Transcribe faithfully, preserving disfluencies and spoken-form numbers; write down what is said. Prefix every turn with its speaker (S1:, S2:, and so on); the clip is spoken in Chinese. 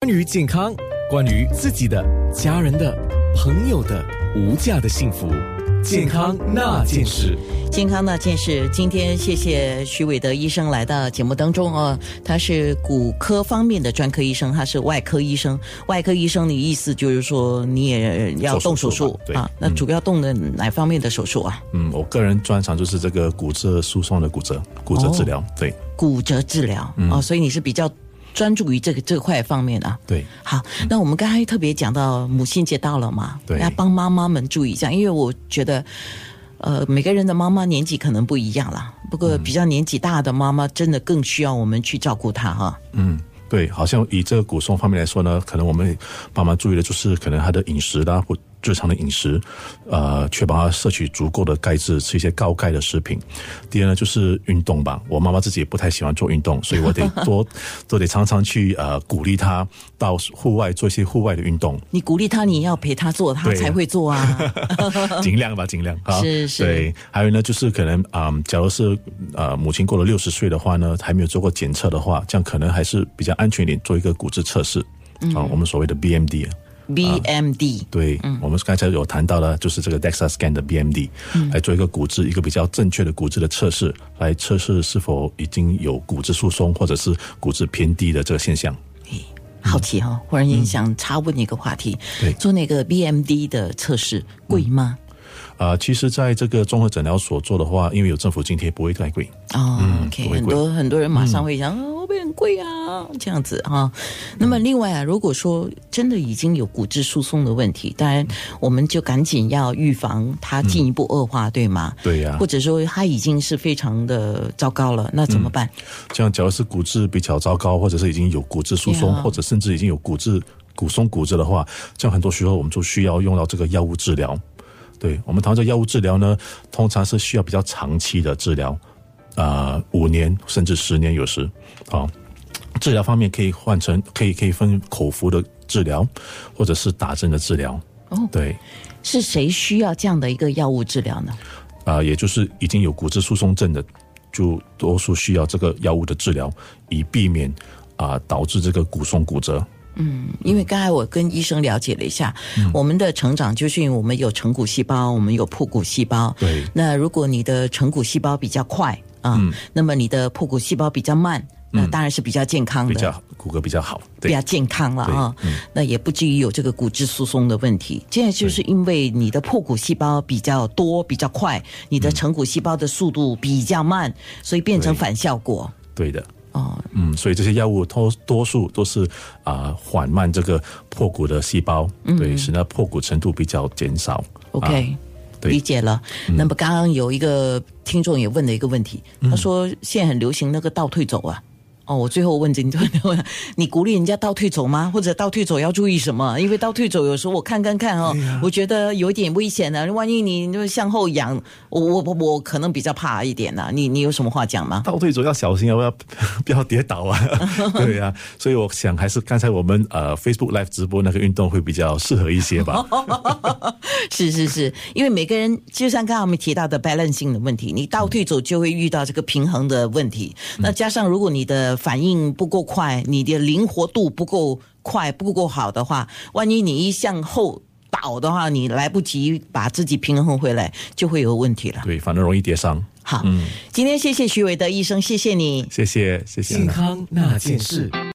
S1: 关于健康，关于自己的、家人的、朋友的无价的幸福，健康那件事。
S2: 健康那件事，今天谢谢徐伟德医生来到节目当中哦。他是骨科方面的专科医生，他是外科医生。外科医生的意思就是说你也要动手术啊？那主要动的哪方面的手术啊？
S3: 嗯，我个人专长就是这个骨质疏松的骨折，骨折治疗。哦、对，
S2: 骨折治疗、嗯、哦，所以你是比较专注于这个这块方面啊。
S3: 对，
S2: 好，那我们刚才特别讲到母亲节到了嘛，
S3: 对，
S2: 要帮妈妈们注意一下，因为我觉得。呃，每个人的妈妈年纪可能不一样啦，不过比较年纪大的妈妈真的更需要我们去照顾她哈。
S3: 嗯，对，好像以这个骨松方面来说呢，可能我们帮忙注意的就是可能她的饮食啦，或日常的饮食，呃，确保她摄取足够的钙质，吃一些高钙的食品。第二呢，就是运动吧。我妈妈自己也不太喜欢做运动，所以我得多都得常常去呃鼓励她到户外做一些户外的运动。
S2: 你鼓励她，你要陪她做，她才会做啊。
S3: 尽量吧，尽量啊。
S2: 是是。对，
S3: 还有呢，就是可能啊、嗯，假如是呃母亲过了六十岁的话呢，还没有做过检测的话，这样可能还是比较安全一点，做一个骨质测试。嗯、啊，我们所谓的 B M D。B
S2: M D、啊、
S3: 对、嗯、我们刚才有谈到了就是这个 DEXA scan 的 B M D、嗯、来做一个骨质一个比较正确的骨质的测试，来测试是否已经有骨质疏松或者是骨质偏低的这个现象。
S2: 好奇哦，忽然间想插问一个话题、嗯、做那个 B M D 的测试贵吗？
S3: 啊、呃，其实在这个综合诊疗所做的话，因为有政府津贴，不会太贵。
S2: 哦、嗯、，OK， 很多很多人马上会想，嗯、会不会很贵啊？这样子啊。那么另外啊，如果说真的已经有骨质疏松的问题，当然我们就赶紧要预防它进一步恶化，嗯、对吗？
S3: 对呀、啊。
S2: 或者说它已经是非常的糟糕了，那怎么办？
S3: 嗯、这样，假如是骨质比较糟糕，或者是已经有骨质疏松，或者甚至已经有骨质骨松骨折的话，这样很多时候我们就需要用到这个药物治疗。对，我们谈到药物治疗呢，通常是需要比较长期的治疗，呃，五年甚至十年有时。啊、哦，治疗方面可以换成可以可以分口服的治疗，或者是打针的治疗。
S2: 哦，
S3: 对，
S2: 是谁需要这样的一个药物治疗呢？
S3: 啊、呃，也就是已经有骨质疏松症的，就多数需要这个药物的治疗，以避免啊、呃、导致这个骨松骨折。
S2: 嗯，因为刚才我跟医生了解了一下，嗯、我们的成长就是因为我们有成骨细胞，我们有破骨细胞。
S3: 对。
S2: 那如果你的成骨细胞比较快啊，嗯、那么你的破骨细胞比较慢，那当然是比较健康的，
S3: 比较骨骼比较好，
S2: 比较健康了啊。嗯、那也不至于有这个骨质疏松的问题。现在就是因为你的破骨细胞比较多、比较快，你的成骨细胞的速度比较慢，所以变成反效果。
S3: 对, 对的。哦，嗯，所以这些药物多多数都是啊、呃、缓慢这个破骨的细胞，嗯、对，使那破骨程度比较减少。
S2: OK，、啊、理解了。嗯、那么刚刚有一个听众也问了一个问题，他说现在很流行那个倒退走啊。哦，我最后问这你，你鼓励人家倒退走吗？或者倒退走要注意什么？因为倒退走有时候我看看看哦，啊、我觉得有点危险的、啊。万一你就向后仰，我我我可能比较怕一点啊。你你有什么话讲吗？
S3: 倒退走要小心啊，不要不要跌倒啊。对啊，所以我想还是刚才我们呃 Facebook Live 直播那个运动会比较适合一些吧。
S2: 是是是，因为每个人就像刚刚我们提到的 balancing 的问题，你倒退走就会遇到这个平衡的问题。嗯、那加上如果你的反应不够快，你的灵活度不够快，不够好的话，万一你一向后倒的话，你来不及把自己平衡回来，就会有问题了。
S3: 对，反而容易跌伤。
S2: 好，嗯、今天谢谢徐伟德医生，谢谢你，
S3: 谢谢谢谢。
S1: 健康那件事。